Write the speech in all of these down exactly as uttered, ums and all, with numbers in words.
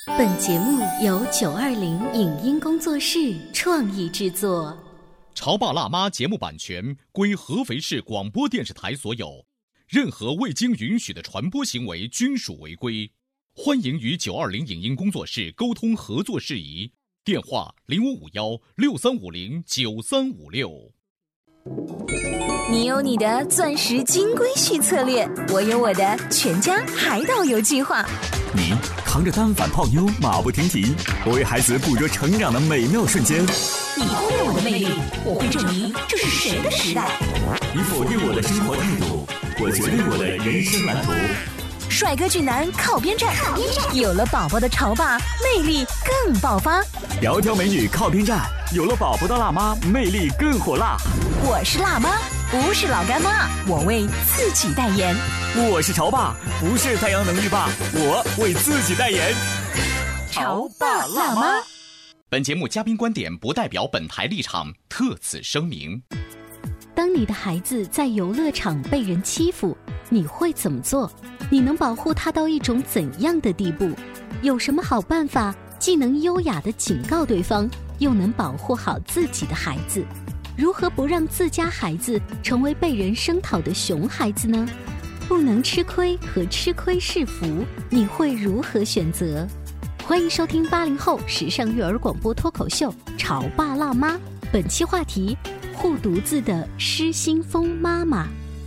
本节目由九二零影音工作室创意制作。 潮爸辣妈节目版权归合肥市广播电视台所有，任何未经允许的传播行为均属违规。欢迎与九二零影音工作室沟通合作事宜，电话零五五幺六三五零九三五六。 你有你的钻石金龟婿策略，我有我的全家海岛游计划。 你扛着单反泡妞马不停蹄，我为孩子捕捉成长的美妙瞬间。 你忽略我的魅力，我会证明这是谁的时代。 你否定我的生活态度，我决定我的人生蓝图。 帅哥俊男靠边站，有了宝宝的潮爸魅力更爆发。 窈窕美女靠边站，有了宝宝的辣妈魅力更火辣。 我是辣妈，不是老干妈，我为自己代言。 我是潮爸，不是太阳能浴霸，我为自己代言。 潮爸辣妈。 本节目嘉宾观点不代表本台立场，特此声明。 当你的孩子在游乐场被人欺负，你会怎么做？你能保护他到一种怎样的地步？有什么好办法既能优雅地警告对方，又能保护好自己的孩子？如何不让自家孩子成为被人声讨的熊孩子呢？不能吃亏和吃亏是福，你会如何选择？欢迎收听八零后时尚育儿广播脱口秀《潮爸辣妈》，本期话题：护犊子的失心疯妈妈。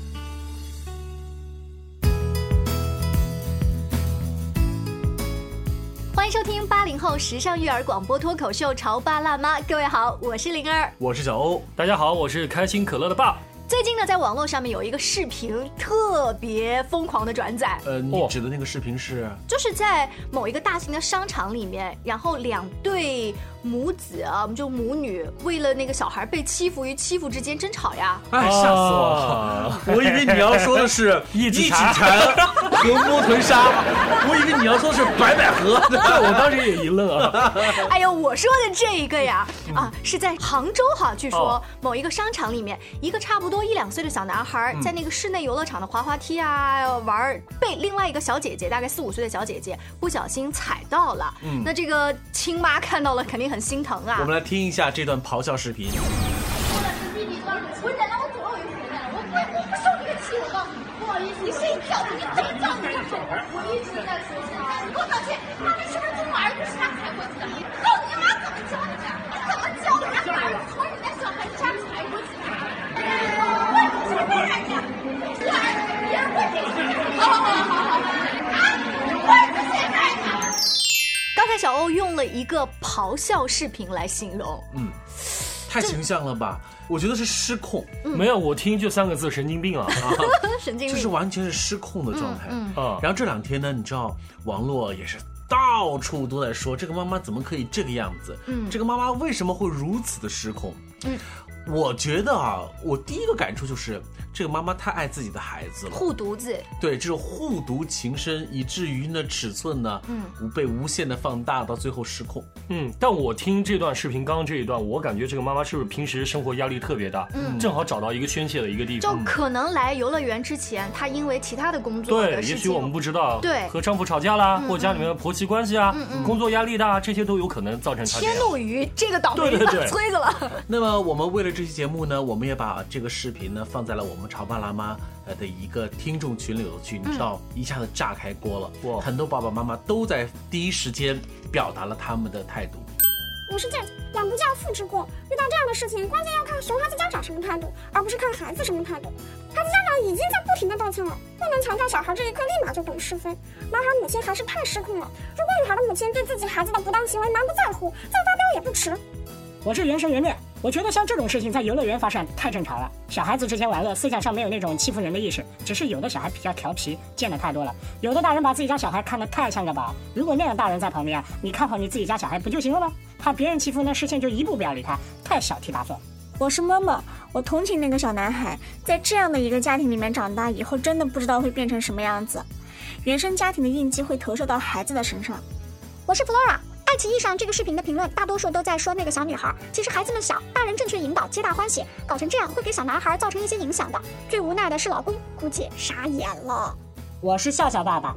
欢迎收听八零后时尚育儿广播脱口秀《潮爸辣妈》，各位好，我是灵儿， 我是小欧，大家好，我是开心可乐的爸。 最近呢，在网络上面有一个视频特别疯狂的转载。 呃，你指的那个视频是？ 就是在某一个大型的商场里面，然后两对母子啊，我们就母女为了那个小孩被欺负与欺负之间争吵呀。 哎，吓死我了！我以为你要说的是一指禅和摸臀杀，我以为你要说的是白百合。我当时也一愣啊！ 哎呦，我说的这一个呀，啊，是在杭州哈，据说某一个商场里面，一个差不多一两岁的小男孩在那个室内游乐场的滑滑梯啊玩，被另外一个小姐姐，大概四五岁的小姐姐不小心踩到了。嗯，那这个亲妈看到了肯定很心疼啊。 我们来听一下这段咆哮视频。 我忍了，我走了，我就回来了。我不我不受这个气，我告诉你，不好意思，你谁叫你？你谁叫你？我一直在说话，你给我道歉。他们是不是从我儿子身上踩过去的？告诉你妈怎么教你的？你怎么教人家儿子从人家小孩子身上踩过去的？问你是不是人家？是儿子，别人问这个。好好好好好好啊！我儿子现在呢？ 刚才小欧用了一个咆哮视频来形容， 嗯，太形象了吧？我觉得是失控。 嗯、没有，我听就三个字：神经病啊！ 神经病， 这是完全是失控的状态。 嗯嗯。然后这两天呢，你知道网络也是到处都在说这个妈妈怎么可以这个样子？嗯，这个妈妈为什么会如此的失控？嗯。我觉得啊，我第一个感触就是这个妈妈太爱自己的孩子了， 护犊子。 对，这种护犊情深，以至于呢尺寸呢，嗯，被无限的放大，到最后失控。 嗯，但我听这段视频，刚刚这一段，我感觉这个妈妈是不是平时生活压力特别大，嗯，正好找到一个宣泄的一个地方。 就可能来游乐园之前，她因为其他的工作的对，也许我们不知道， 对， 和丈夫吵架啦，嗯、或家里面的婆媳关系啊，嗯嗯、工作压力大，这些都有可能造成她。 天怒鱼，这个倒霉大催子了。 那么我们为了这期节目呢，我们也把这个视频呢放在了我们潮爸辣妈的一个听众群里头去，你知道，一下子炸开锅了。哇，很多爸爸妈妈都在第一时间表达了他们的态度。 我是见养不教父之过，遇到这样的事情，关键要看熊孩子家长什么态度，而不是看孩子什么态度。孩子家长已经在不停的道歉了，不能强调小孩这一刻立马就懂是非。男孩母亲还是太失控了。如果女孩的母亲对自己孩子的不当行为满不在乎，再发飙也不迟。 我是原生原灭，我觉得像这种事情在游乐园发生太正常了。小孩子之间玩乐，思想上没有那种欺负人的意识，只是有的小孩比较调皮，见得太多了。有的大人把自己家小孩看得太像个宝，如果那样大人在旁边啊，你看好你自己家小孩不就行了吗？怕别人欺负，那视线就一步不要理他，太小题大做。 我是妈妈，我同情那个小男孩，在这样的一个家庭里面长大以后，真的不知道会变成什么样子。原生家庭的印记会投射到孩子的身上。 我是 Flora。爱奇艺上这个视频的评论大多数都在说那个小女孩，其实孩子们小，大人正确引导皆大欢喜，搞成这样会给小男孩造成一些影响的。最无奈的是老公，估计傻眼了。 我是笑笑爸爸，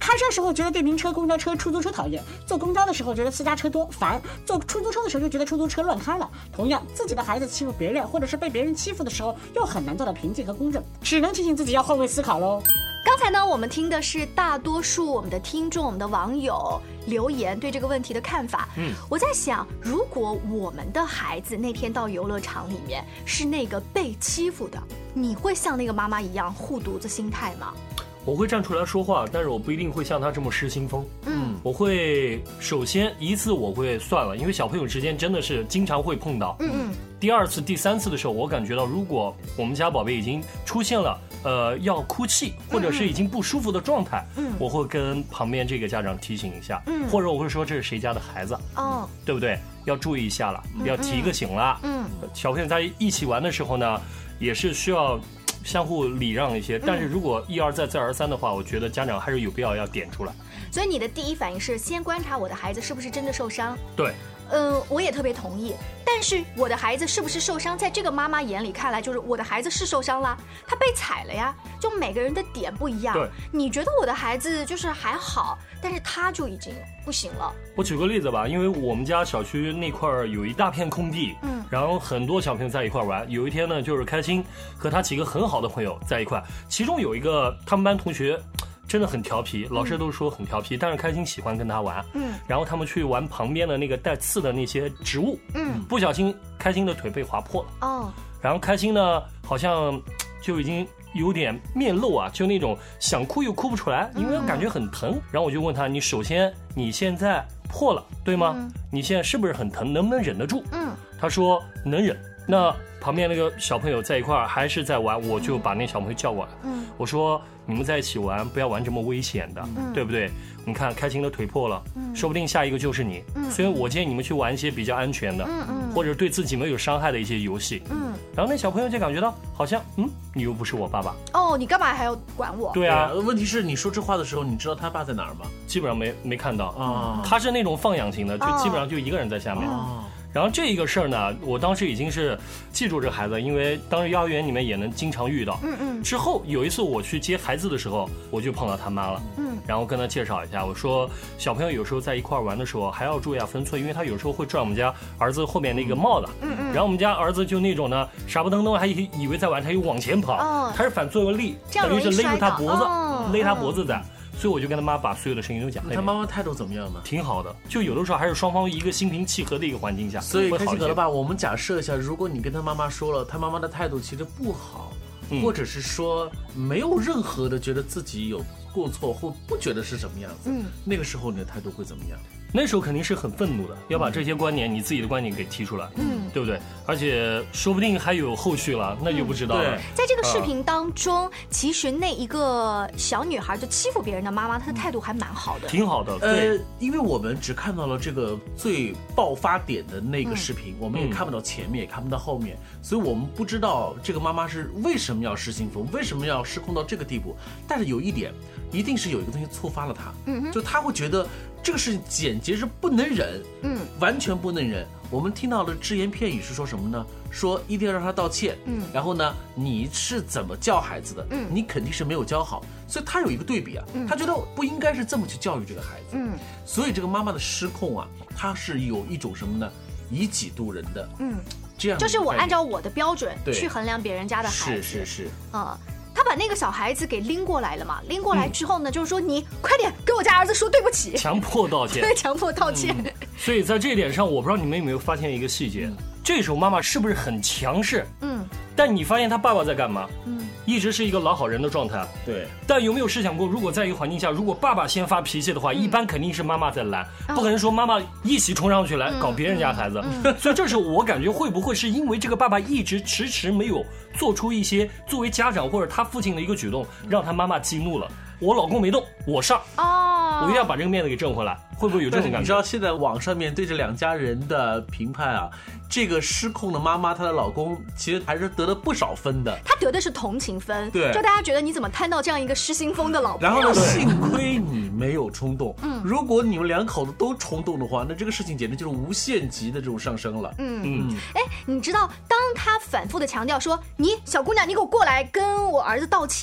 开车时候觉得电瓶车、公交车、出租车讨厌，坐公交的时候觉得私家车多烦，坐出租车的时候就觉得出租车乱开了。同样，自己的孩子欺负别人，或者是被别人欺负的时候，又很难做到平静和公正，只能提醒自己要换位思考喽。 刚才呢，我们听的是大多数我们的听众、我们的网友留言对这个问题的看法。嗯，我在想，如果我们的孩子那天到游乐场里面是那个被欺负的，你会像那个妈妈一样护犊子心态吗？ 我会站出来说话，但是我不一定会像他这么失心疯。嗯，我会首先一次我会算了，因为小朋友之间真的是经常会碰到。嗯嗯。第二次、第三次的时候，我感觉到如果我们家宝贝已经出现了呃要哭泣或者是已经不舒服的状态，嗯，我会跟旁边这个家长提醒一下，嗯，或者我会说这是谁家的孩子，哦，对不对？要注意一下了，要提个醒了。嗯，小朋友在一起玩的时候呢，也是需要相互礼让一些，但是如果一而再再而三的话，我觉得家长还是有必要要点出来。 所以你的第一反应是先观察我的孩子是不是真的受伤。 对， 嗯、呃，我也特别同意。但是我的孩子是不是受伤，在这个妈妈眼里看来，就是我的孩子是受伤了，他被踩了呀。就每个人的点不一样。 对， 你觉得我的孩子就是还好，但是他就已经不行了。 我举个例子吧，因为我们家小区那块有一大片空地，嗯，然后很多小朋友在一块玩。有一天呢，就是开心和他几个很好的朋友在一块，其中有一个他们班同学真的很调皮，老师都说很调皮，嗯，但是开心喜欢跟他玩，嗯，然后他们去玩旁边的那个带刺的那些植物，嗯，不小心开心的腿被划破了，哦，然后开心呢好像就已经有点面露啊，就那种想哭又哭不出来，因为感觉很疼。然后我就问他，你首先你现在破了对吗？嗯，你现在是不是很疼，能不能忍得住？嗯，他说能忍。那旁边那个小朋友在一块儿还是在玩，我就把那小朋友叫过来，嗯，我说你们在一起玩不要玩这么危险的，嗯，对不对？你看开心的腿破了，嗯，说不定下一个就是你，嗯，所以我建议你们去玩一些比较安全的，嗯嗯，或者对自己没有伤害的一些游戏，嗯，然后那小朋友就感觉到好像，嗯，你又不是我爸爸， 哦，你干嘛还要管我？ 对啊， 问题是你说这话的时候，你知道他爸在哪儿吗？ 基本上没没看到啊，他是那种放养型的，就基本上就一个人在下面。哦，然后这一个事儿呢，我当时已经是记住这孩子，因为当时幼儿园里面也能经常遇到。嗯嗯。之后有一次我去接孩子的时候，我就碰到他妈了。嗯。然后跟他介绍一下，我说小朋友有时候在一块玩的时候还要注意下分寸，因为他有时候会拽我们家儿子后面那个帽子。嗯嗯。然后我们家儿子就那种呢，傻不登登还以为在玩，他又往前跑，哦，他是反作用力，等于是勒住他脖子，哦，勒他脖子在。所以我就跟他妈把所有的事情都讲。 他妈妈态度怎么样呢？ 挺好的，就有的时候还是双方一个心平气和的一个环境下。 所以开心可乐吧，我们假设一下，如果你跟他妈妈说了，他妈妈的态度其实不好，嗯，或者是说没有任何的觉得自己有过错或不觉得是什么样子，嗯，那个时候你的态度会怎么样？ 那时候肯定是很愤怒的，要把这些观点，你自己的观点给提出来，嗯，对不对？而且说不定还有后续了，那就不知道了。 嗯，在这个视频当中，呃、其实那一个小女孩就欺负别人的妈妈，她的态度还蛮好的， 挺好的。 对，呃，因为我们只看到了这个最爆发点的那个视频，嗯，我们也看不到前面，也看不到后面，所以我们不知道这个妈妈是为什么要失心疯，为什么要失控到这个地步。但是有一点，一定是有一个东西触发了她，嗯，就她会觉得这个事情简直是不能忍，嗯，完全不能忍。我们听到的只言片语是说什么呢？说一定要让他道歉，嗯，然后呢，你是怎么教孩子的？嗯，你肯定是没有教好，所以他有一个对比啊，嗯，他觉得不应该是这么去教育这个孩子，嗯，所以这个妈妈的失控啊，她是有一种什么呢？以己度人的，嗯，这样就是我按照我的标准去衡量别人家的孩子， 是是是， 啊。嗯，他把那个小孩子给拎过来了嘛？拎过来之后呢，嗯，就是说你快点给我家儿子说对不起， 强迫道歉， 对，强迫道歉。 嗯，所以在这一点上，我不知道你们有没有发现一个细节，嗯，这时候妈妈是不是很强势？嗯，但你发现他爸爸在干嘛？嗯，一直是一个老好人的状态。 对。 但有没有试想过，如果在一个环境下，如果爸爸先发脾气的话，嗯，一般肯定是妈妈在拦，嗯，不可能说妈妈一起冲上去来搞别人家孩子。嗯嗯，所以这时候我感觉会不会是因为这个爸爸一直迟迟没有做出一些作为家长或者他父亲的一个举动，让他妈妈激怒了。我老公没动，我上哦，我一定要把这个面子给挣回来，会不会有这种感觉？ 你知道现在网上面对这两家人的评判啊，这个失控的妈妈她的老公其实还是得了不少分的， 他得的是同情分， 对， 就大家觉得你怎么摊到这样一个失心疯的老婆？ 然后呢，幸亏你没有冲动，嗯，如果你们两口子都冲动的话，那这个事情简直就是无限级的这种上升了。 嗯嗯，哎，你知道，当他反复的强调说你小姑娘，你给我过来跟我儿子道歉。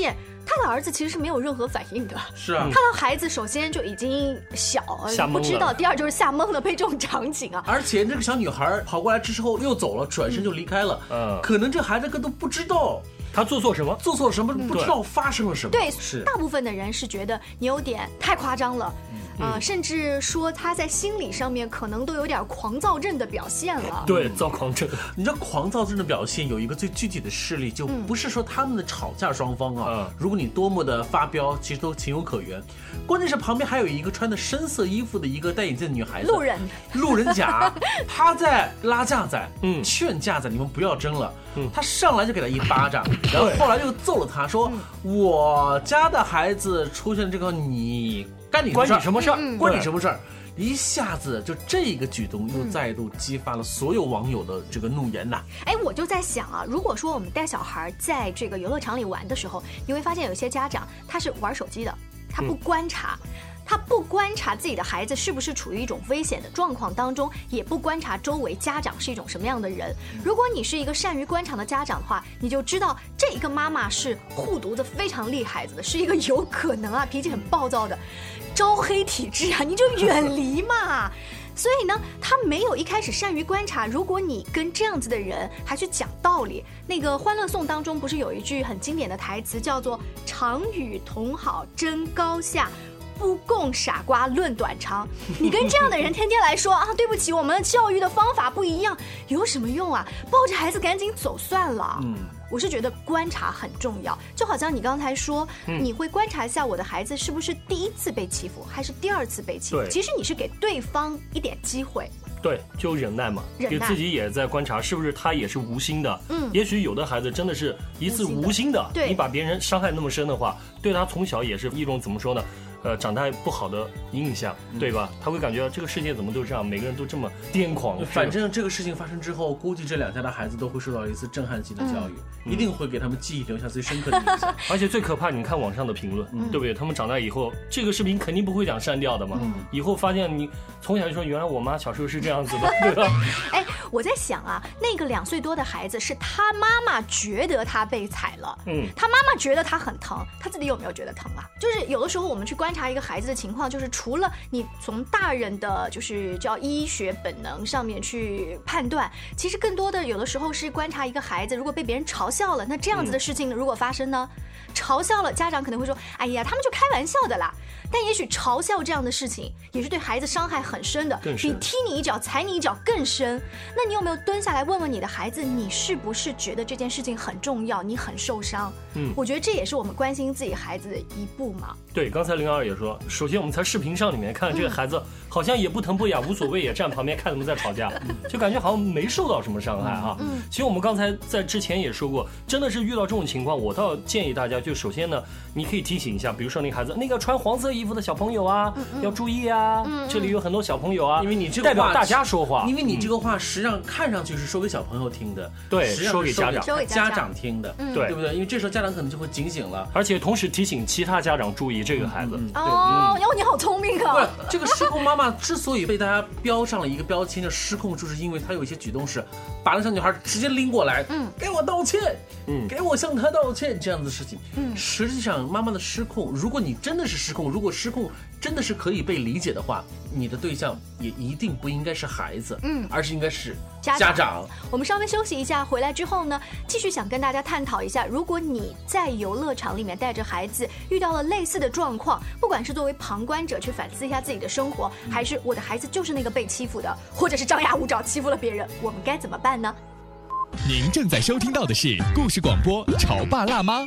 他的儿子其实是没有任何反应的。 是啊， 他的孩子首先就已经小，不知道；第二就是吓懵了，被这种场景啊。 而且这个小女孩跑过来之后又走了，转身就离开了。嗯，可能这孩子根本都不知道他做错什么， 做错了什么，不知道发生了什么。 对， 是大部分的人是觉得你有点太夸张了。啊、呃，甚至说他在心理上面可能都有点狂躁症的表现了。 对，躁狂症。 你知道狂躁症的表现有一个最具体的事例，就不是说他们的吵架双方啊，嗯、如果你多么的发飙，其实都情有可原。关键是旁边还有一个穿的深色衣服的一个戴眼镜的女孩子， 路人， 路人甲，她在拉架仔，嗯，劝架仔，你们不要争了。嗯，他上来就给他一巴掌，然后后来又揍了他，说、嗯、我家的孩子出现这个你。干你关你什么事儿？ 嗯、关你什么事儿？一下子就这个举动又再度激发了所有网友的这个怒言呐！ 哎、嗯，我就在想啊，如果说我们带小孩在这个游乐场里玩的时候，你会发现有些家长他是玩手机的，他不观察。嗯，他不观察自己的孩子是不是处于一种危险的状况当中，也不观察周围家长是一种什么样的人。如果你是一个善于观察的家长的话，你就知道这一个妈妈是护犊子非常厉害的，是一个有可能啊脾气很暴躁的招黑体质啊，你就远离嘛。所以呢，他没有一开始善于观察。如果你跟这样子的人还去讲道理，那个《欢乐颂》当中不是有一句很经典的台词叫做“常与同好争高下，不共傻瓜论短长”。你跟这样的人天天来说啊，对不起，我们的教育的方法不一样，有什么用啊？抱着孩子赶紧走算了。嗯，我是觉得观察很重要，就好像你刚才说，嗯、你会观察一下我的孩子是不是第一次被欺负，还是第二次被欺负。其实你是给对方一点机会。 对，就忍耐嘛， 忍耐， 给自己也在观察，是不是他也是无心的。嗯，也许有的孩子真的是一次无心的， 对， 你把别人伤害那么深的话，对他从小也是一种怎么说呢？呃，长大不好的影响，对吧？他会感觉这个世界怎么都这样，每个人都这么癫狂。 反正这个事情发生之后，估计这两家的孩子都会受到一次震撼性的教育，嗯、一定会给他们记忆留下最深刻的印象。 而且最可怕，你看网上的评论，嗯、对不对？他们长大以后，这个视频肯定不会讲删掉的嘛。嗯、以后发现你从小就说，原来我妈小时候是这样子的，对吧？ 哎，我在想啊，那个两岁多的孩子是他妈妈觉得他被踩了，嗯，他妈妈觉得他很疼，他自己有没有觉得疼啊？就是有的时候我们去观察一个孩子的情况，就是除了你从大人的就是叫医学本能上面去判断，其实更多的有的时候是观察一个孩子，如果被别人嘲笑了，那这样子的事情如果发生呢？嗯、嘲笑了，家长可能会说，哎呀，他们就开玩笑的啦。但也许嘲笑这样的事情也是对孩子伤害很深的，比踢你一脚踩你一脚更深。那你有没有蹲下来问问你的孩子，你是不是觉得这件事情很重要，你很受伤？嗯，我觉得这也是我们关心自己孩子的一步嘛。 对，刚才零二也说，首先我们在视频上里面看这个孩子好像也不疼不痒，无所谓，也站旁边看他们在吵架，就感觉好像没受到什么伤害哈。嗯，其实我们刚才在之前也说过，真的是遇到这种情况，我倒建议大家就首先呢，你可以提醒一下，比如说那个孩子，那个穿黄色衣服的小朋友啊，嗯嗯要注意啊，嗯嗯这里有很多小朋友啊， 因为你这个代表大家说话， 因为你这个话实际上看上去是说给小朋友听的， 对，说给家长， 说给家长听的， 嗯、 对对不对？因为这时候家长可能就会警醒了， 而且同时提醒其他家长注意这个孩子。嗯嗯、哦，哟、嗯，你好聪明啊！ 不是，这个失控妈妈之所以被大家标上了一个标签叫失控，就是因为她有一些举动是把那小女孩直接拎过来，嗯，给我道歉，嗯，给我向她道歉这样子的事情。嗯，实际上妈妈的失控，如果你真的是失控，如果失控真的是可以被理解的话，你的对象也一定不应该是孩子，嗯，而是应该是家长。家长我们稍微休息一下，回来之后呢，继续想跟大家探讨一下，如果你在游乐场里面带着孩子遇到了类似的状况，不管是作为旁观者去反思一下自己的生活，嗯、还是我的孩子就是那个被欺负的，或者是张牙舞爪欺负了别人，我们该怎么办呢？ 您正在收听到的是故事广播《潮爸辣妈》。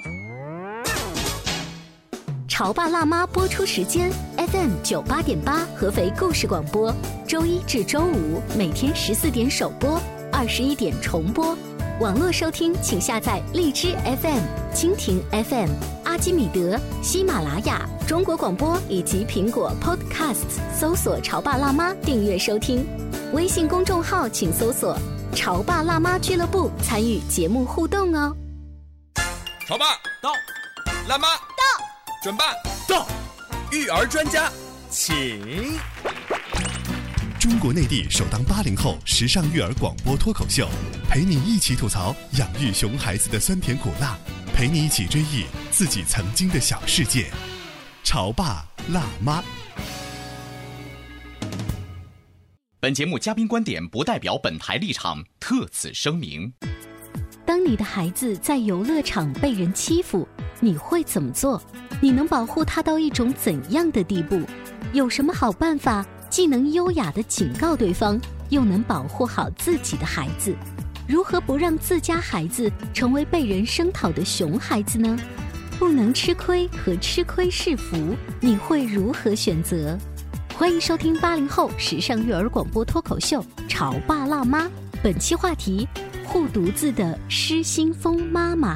潮爸辣妈播出时间 F M 九八点八合肥故事广播，周一至周五每天十四点首播，二十一点重播。网络收听请下载荔枝 F M、蜻蜓 F M、阿基米德、喜马拉雅、中国广播以及苹果 Podcasts 搜索潮爸辣妈订阅收听。微信公众号请搜索潮爸辣妈俱乐部参与节目互动哦。 潮爸到，辣妈到， 准爸到，育儿专家请。 中国内地首档八零后时尚育儿广播脱口秀，陪你一起吐槽养育熊孩子的酸甜苦辣， 陪你一起追忆自己曾经的小世界。潮爸辣妈。 本节目嘉宾观点不代表本台立场，特此声明。 当你的孩子在游乐场被人欺负，你会怎么做？你能保护他到一种怎样的地步？有什么好办法，既能优雅地警告对方，又能保护好自己的孩子？如何不让自家孩子成为被人声讨的熊孩子呢？不能吃亏和吃亏是福，你会如何选择？欢迎收听八零后时尚育儿广播脱口秀《潮爸辣妈》，本期话题：护犊子的失心疯妈妈。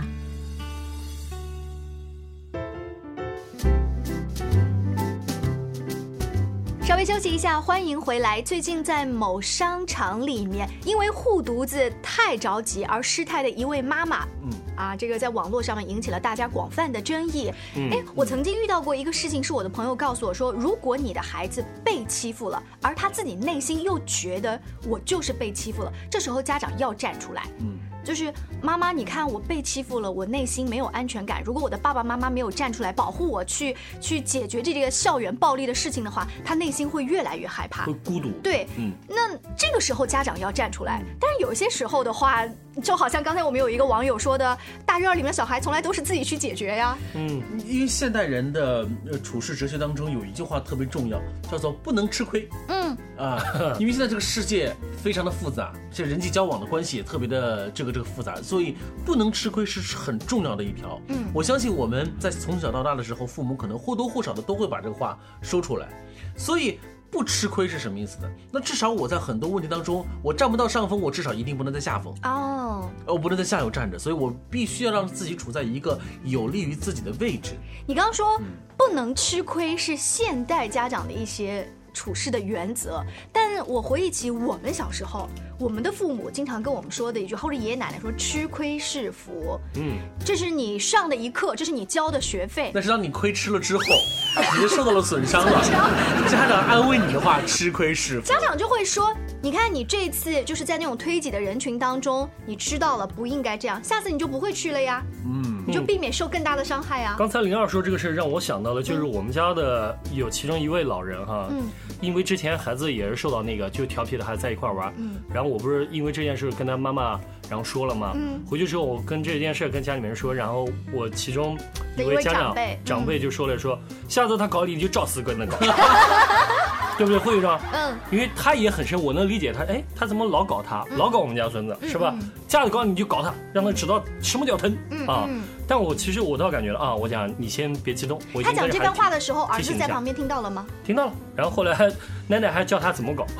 稍微休息一下，欢迎回来。最近在某商场里面，因为护犊子太着急而失态的一位妈妈，嗯啊，这个在网络上面引起了大家广泛的争议。嗯，哎，我曾经遇到过一个事情，是我的朋友告诉我说，如果你的孩子被欺负了，而他自己内心又觉得我就是被欺负了，这时候家长要站出来。嗯。就是妈妈，你看我被欺负了，我内心没有安全感。如果我的爸爸妈妈没有站出来保护我，去去解决这个校园暴力的事情的话，他内心会越来越害怕， 会孤独。 对，嗯，那这个时候家长要站出来。但是有些时候的话，就好像刚才我们有一个网友说的，大院里面的小孩从来都是自己去解决呀。 嗯，因为现代人的呃处事哲学当中有一句话特别重要，叫做不能吃亏。嗯啊，因为现在这个世界非常的复杂，这人际交往的关系也特别的这个这个复杂，所以不能吃亏是很重要的一条。嗯，我相信我们在从小到大的时候，父母可能或多或少的都会把这个话说出来，所以不吃亏是什么意思呢？那至少我在很多问题当中，我占不到上风，我至少一定不能在下风。哦，我不能在下游站着，所以我必须要让自己处在一个有利于自己的位置。 你刚刚说、嗯、不能吃亏是现代家长的一些处事的原则，但我回忆起我们小时候，我们的父母经常跟我们说的一句，或者爷爷奶奶说吃亏是福。嗯，这是你上的一课，这是你交的学费。 那是当你亏吃了之后，你就受到了损伤了。家长安慰你的话，吃亏是福。 家长就会说，你看你这次就是在那种推挤的人群当中，你吃到了不应该这样，下次你就不会去了呀。嗯，你就避免受更大的伤害啊。 刚才灵儿说这个事让我想到了，就是我们家的有其中一位老人哈，嗯，因为之前孩子也是受到那个就调皮的孩子在一块玩，嗯，然后我不是因为这件事跟他妈妈然后说了吗？嗯，回去之后我跟这件事跟家里面人说，然后我其中一位家长长辈, 长辈就说了说，嗯、下次他搞你你就照死跟那搞。对不对？会是吧？嗯，因为他也很深，我能理解他。哎，他怎么老搞他，嗯、老搞我们家孙子，嗯、是吧？嗯、家里搞你就搞他，让他知道什么叫疼、嗯、啊！嗯、但我其实我倒感觉了啊，我讲你先别激动。我他讲这番话的时候，儿子在旁边听到了吗？ 听到了。然后后来还奶奶还教他怎么搞。无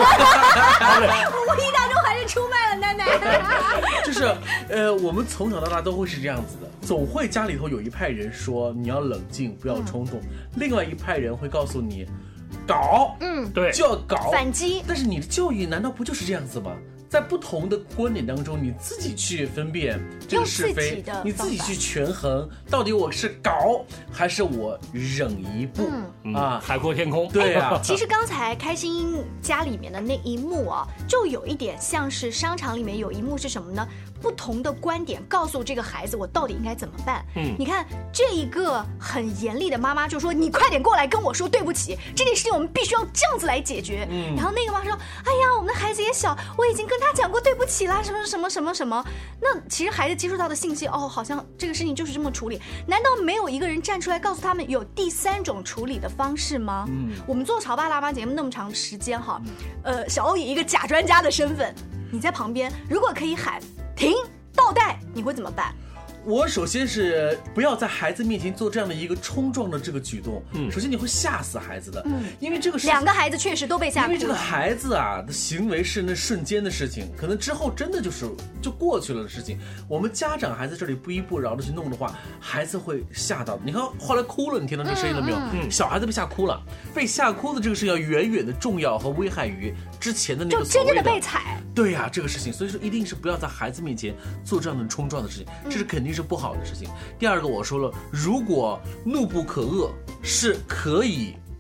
意当中还是出卖了奶奶。 就是，呃，我们从小到大都会是这样子的，总会家里头有一派人说你要冷静，不要冲动，嗯、另外一派人会告诉你。搞，嗯，对，就要搞反击。 但是你的教育难道不就是这样子吗？在不同的观点当中，你自己去分辨这个是非，你自己去权衡，到底我是搞还是我忍一步、 嗯、啊？海阔天空， 对啊。 其实刚才开心家里面的那一幕啊，就有一点像是商场里面有一幕是什么呢？不同的观点告诉这个孩子我到底应该怎么办。嗯，你看这一个很严厉的妈妈就说，你快点过来跟我说对不起，这件事情我们必须要这样子来解决。嗯，然后那个妈妈说，哎呀，我们的孩子也小，我已经跟他讲过对不起啦，什么什么什么什么。那其实孩子接触到的信息，哦，好像这个事情就是这么处理。难道没有一个人站出来告诉他们有第三种处理的方式吗？嗯，我们做潮爸辣妈节目那么长时间哈，呃，小欧以一个假专家的身份，你在旁边，如果可以喊停倒带，你会怎么办？ 我首先是不要在孩子面前做这样的一个冲撞的这个举动。嗯，首先你会吓死孩子的。嗯，因为这个两个孩子确实都被吓哭了。 因为这个孩子啊的行为是那瞬间的事情，可能之后真的就是就过去了的事情。我们家长还在这里不依不饶的去弄的话，孩子会吓到。你看后来哭了，你听到这个声音了没有？嗯，小孩子被吓哭了，被吓哭的这个事情要远远的重要和危害于之前的那个所谓的就真正的被踩。 对呀、啊，这个事情，所以说一定是不要在孩子面前做这样的冲撞的事情，这是肯定是不好的事情。第二个我说了，如果怒不可遏，是可以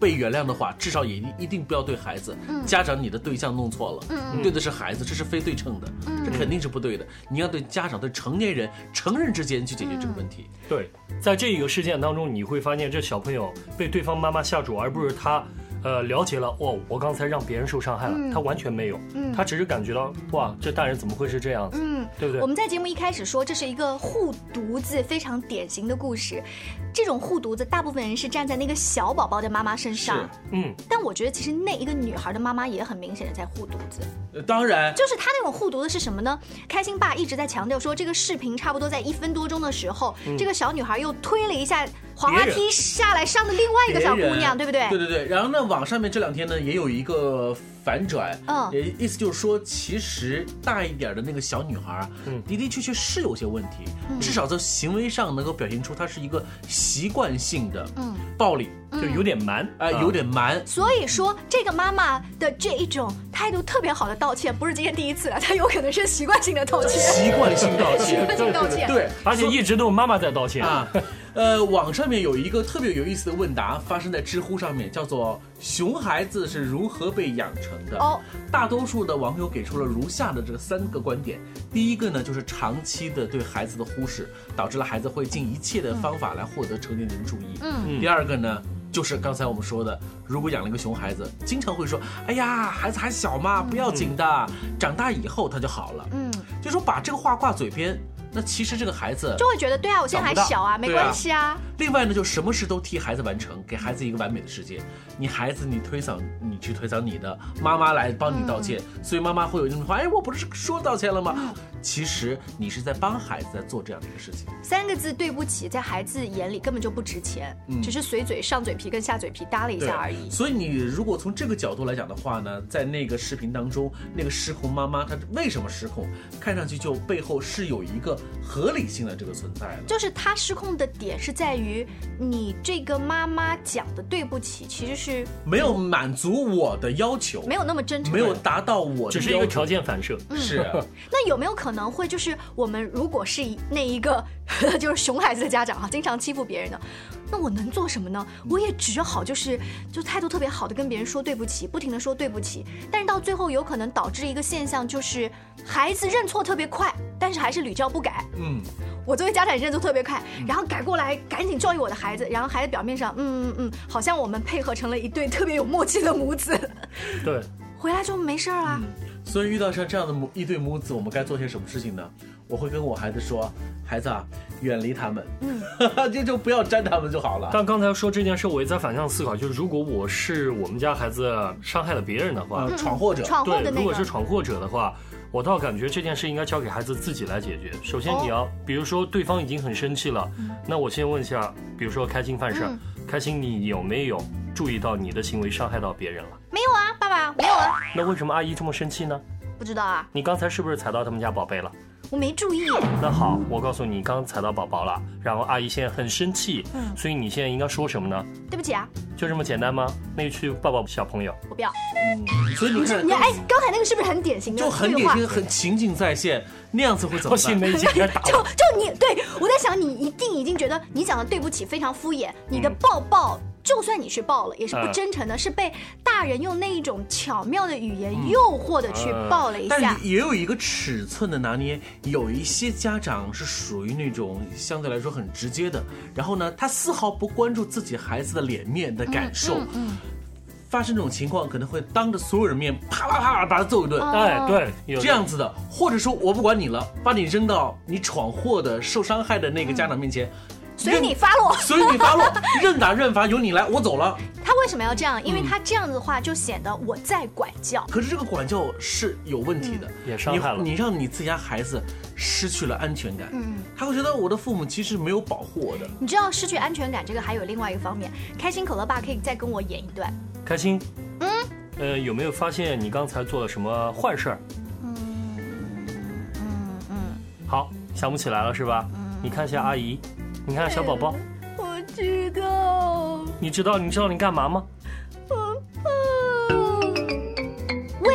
被原谅的话，至少也一定不要对孩子。嗯、家长，你的对象弄错了，嗯、你对的是孩子，这是非对称的，嗯、这肯定是不对的。你要对家长、对成年人、成人之间去解决这个问题。 嗯、对，在这一个事件当中，你会发现这小朋友被对方妈妈下注，而不是他。呃，了解了哦，我刚才让别人受伤害了，嗯、他完全没有，嗯、他只是感觉到哇，这大人怎么会是这样子，嗯，对不对？ 我们在节目一开始说这是一个护犊子非常典型的故事，这种护犊子大部分人是站在那个小宝宝的妈妈身上，嗯，但我觉得其实那一个女孩的妈妈也很明显的在护犊子， 呃，当然， 就是她那种护犊子是什么呢？开心爸一直在强调说，这个视频差不多在一分多钟的时候，嗯、这个小女孩又推了一下滑滑梯下来，伤的另外一个小姑娘，对不对？ 对对对，然后呢？网上面这两天呢也有一个反转，嗯，也意思就是说，其实大一点的那个小女孩啊，嗯，的的确确是有些问题，嗯、至少在行为上能够表现出她是一个习惯性的，嗯，暴力， 就有点蛮， 哎、呃，有点蛮。 所以说，这个妈妈的这一种态度特别好的道歉，不是今天第一次了，她有可能是习惯性的道歉， 习惯性道歉， 习惯性道歉， 对， 而且一直都是妈妈在道歉啊。 呃，网上面有一个特别有意思的问答，发生在知乎上面，叫做“熊孩子是如何被养成的”。哦，大多数的网友给出了如下的这个三个观点。第一个呢，就是长期的对孩子的忽视，导致了孩子会尽一切的方法来获得成年人注意。嗯，第二个呢，就是刚才我们说的，如果养了一个熊孩子，经常会说：“哎呀，孩子还小嘛，不要紧的，嗯、长大以后他就好了。”嗯，就说把这个话挂嘴边。那其实这个孩子就会觉得，对啊，我现在还小啊，没关系啊。 另外呢，就什么事都替孩子完成，给孩子一个完美的世界。你孩子，你推搡，你去推搡你的，妈妈来帮你道歉。嗯、所以妈妈会有那种话，哎，我不是说道歉了吗？嗯、其实你是在帮孩子在做这样的一个事情。 三个字对不起，在孩子眼里根本就不值钱，嗯、只是随嘴上嘴皮跟下嘴皮搭了一下而已。 所以你如果从这个角度来讲的话呢，在那个视频当中，那个失控妈妈她为什么失控？看上去就背后是有一个合理性的这个存在了， 就是他失控的点是在于你这个妈妈讲的对不起，其实是没有满足我的要求， 没有那么真诚， 没有达到我的要求， 只是一个条件反射。 嗯、 是。 那有没有可能会就是我们如果是那一个就是熊孩子的家长哈，经常欺负别人的，那我能做什么呢？我也只好就是就态度特别好的跟别人说对不起，不停的说对不起，但是到最后有可能导致一个现象，就是孩子认错特别快，但是还是屡教不改。嗯，我作为家长认错特别快，然后改过来赶紧教育我的孩子，然后孩子表面上嗯嗯嗯，好像我们配合成了一对特别有默契的母子。对，回来就没事了。嗯， 所以遇到像这样的一对母子，我们该做些什么事情呢？我会跟我孩子说，孩子啊，远离他们，嗯，这就不要沾他们就好了。 但刚才说这件事，我也在反向思考，就是如果我是我们家孩子伤害了别人的话， 嗯、闯祸者， 闯祸的那个， 对，如果是闯祸者的话，我倒感觉这件事应该交给孩子自己来解决。首先你要，哦、比如说对方已经很生气了，嗯、那我先问一下，比如说开心犯事，嗯、开心你有没有注意到你的行为伤害到别人了？ 没有啊，爸爸，没有啊。 那为什么阿姨这么生气呢？ 不知道啊。 你刚才是不是踩到他们家宝贝了？ 我没注意。 那好，我告诉你，刚踩到宝宝了，然后阿姨现在很生气，嗯，所以你现在应该说什么呢？ 对不起啊。 就这么简单吗？那就去抱抱小朋友。 我不要。 嗯，所以你看， 你哎，刚才那个是不是很典型的？ 就很典型，很情景再现，那样子会怎么办？ 没就就你对我在想，你一定已经觉得你讲的对不起非常敷衍，你的抱抱。嗯，就算你去抱了，也是不真诚的，嗯、是被大人用那一种巧妙的语言诱惑的去抱了一下。 嗯、但也有一个尺寸的拿捏，有一些家长是属于那种相对来说很直接的，然后呢，他丝毫不关注自己孩子的脸面的感受。嗯嗯嗯，发生这种情况，可能会当着所有人面啪啪啪把他揍一顿。 哎、哦，对， 这样子的，或者说我不管你了，把你扔到你闯祸的、受伤害的那个家长面前。嗯， 随你发落， 随你发落，任打任罚，由你来，我走了。 他为什么要这样？因为他这样子的话，就显得我在管教。 可是这个管教是有问题的， 嗯、也伤害了你。你让你自己家孩子失去了安全感，嗯，他会觉得我的父母其实没有保护我的。 你知道失去安全感这个还有另外一个方面，开心可乐爸可以再跟我演一段。 开心，嗯，呃，有没有发现你刚才做了什么坏事儿？嗯嗯嗯，好，想不起来了是吧？嗯，你看一下阿姨。你看小宝宝， 我知道。 你知道你知道你干嘛吗？ 为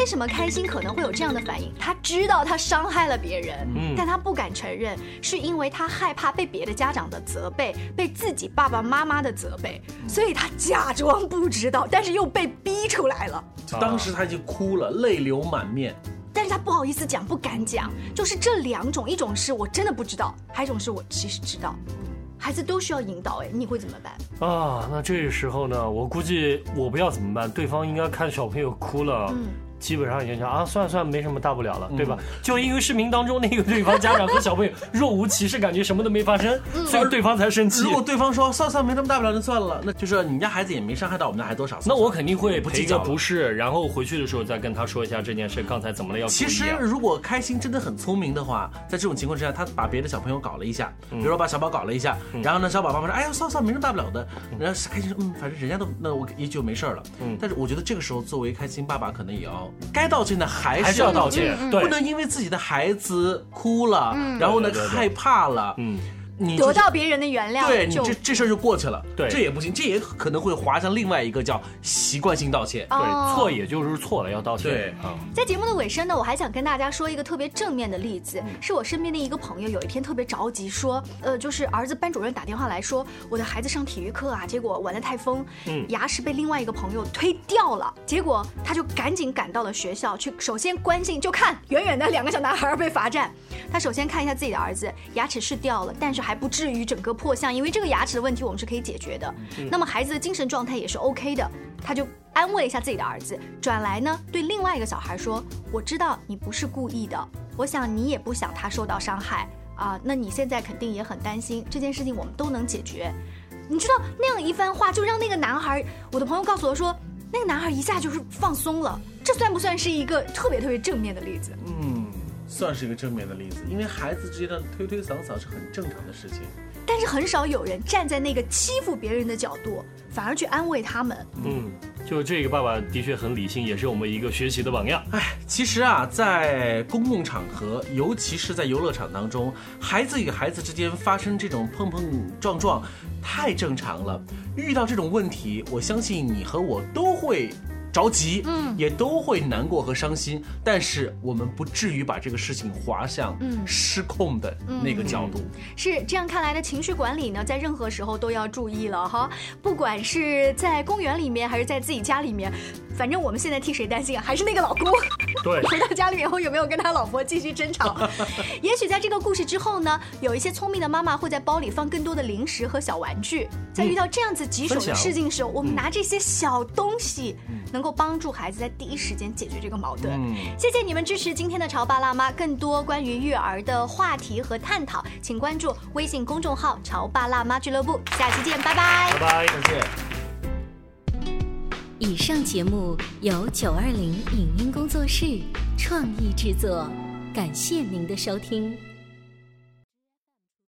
什么开心可能会有这样的反应？他知道他伤害了别人，嗯、但他不敢承认，是因为他害怕被别的家长的责备，被自己爸爸妈妈的责备，所以他假装不知道，但是又被逼出来了。 当时他就哭了，泪流满面。 但是他不好意思讲，不敢讲，就是这两种，一种是我真的不知道，还有一种是我其实知道。孩子都需要引导，哎，你会怎么办啊？那这个时候呢，我估计我不要怎么办？对方应该看小朋友哭了。嗯，基本上已经想啊，算了算了，没什么大不了了，对吧？嗯、就因为视频当中那个对方家长和小朋友若无其事，感觉什么都没发生，嗯、所以对方才生气。 如果对方说算了算了，没什么大不了，就算了，那就是你家孩子也没伤害到我们家孩子多少。 那我肯定会赔个不是，然后回去的时候再跟他说一下这件事，刚才怎么了要注意、啊。 其实如果开心真的很聪明的话，在这种情况之下，他把别的小朋友搞了一下，比如说把小宝搞了一下，嗯、然后呢，小宝妈妈说，哎呀，算了算了，没什么大不了的。然后开心说，嗯，反正人家都那我也就没事了。嗯，但是我觉得这个时候作为开心爸爸，可能也要该道歉的。还是要道歉， 嗯、 不能因为自己的孩子哭了，嗯、然后呢害怕了，嗯， 你得到别人的原谅， 对你这这事儿就过去了， 对， 这也不行，这也可能会滑向另外一个叫习惯性道歉， 对，哦、错也就是错了，要道歉。 对， 嗯、 在节目的尾声呢，我还想跟大家说一个特别正面的例子，嗯、是我身边的一个朋友，有一天特别着急，说，呃，就是儿子班主任打电话来说，我的孩子上体育课啊，结果玩得太疯，嗯，牙齿被另外一个朋友推掉了，结果他就赶紧赶到了学校去，首先关心就看远远的两个小男孩被罚站，他首先看一下自己的儿子，牙齿是掉了，但是还不至于整个破相，因为这个牙齿的问题我们是可以解决的。嗯、那么孩子的精神状态也是 OK 的，他就安慰一下自己的儿子，转来呢对另外一个小孩说：“我知道你不是故意的，我想你也不想他受到伤害啊。那你现在肯定也很担心，这件事情我们都能解决。”你知道那样一番话，就让那个男孩，我的朋友告诉我说，那个男孩一下就是放松了。这算不算是一个特别特别正面的例子？ 嗯，算是一个正面的例子，因为孩子之间的推推搡搡是很正常的事情。 但是很少有人站在那个欺负别人的角度，反而去安慰他们。 嗯，就这个爸爸的确很理性，也是我们一个学习的榜样。 哎，其实啊，在公共场合，尤其是在游乐场当中，孩子与孩子之间发生这种碰碰撞撞，太正常了。遇到这种问题，我相信你和我都会着急，嗯，也都会难过和伤心，但是我们不至于把这个事情滑向失控的那个角度。 嗯、是这样看来的，情绪管理呢，在任何时候都要注意了哈，不管是在公园里面还是在自己家里面，反正我们现在替谁担心啊？还是那个老公。 对， 回到家里面后有没有跟他老婆继续争吵？也许在这个故事之后呢，有一些聪明的妈妈会在包里放更多的零食和小玩具，在遇到这样子棘手的事情时候，嗯、我们拿这些小东西，嗯、能够帮助孩子在第一时间解决这个矛盾。嗯、谢谢你们支持今天的潮爸辣妈，更多关于育儿的话题和探讨，请关注微信公众号潮爸辣妈俱乐部。下期见，拜拜， 拜拜，再见。 以上节目由九二零影音工作室创意制作，感谢您的收听。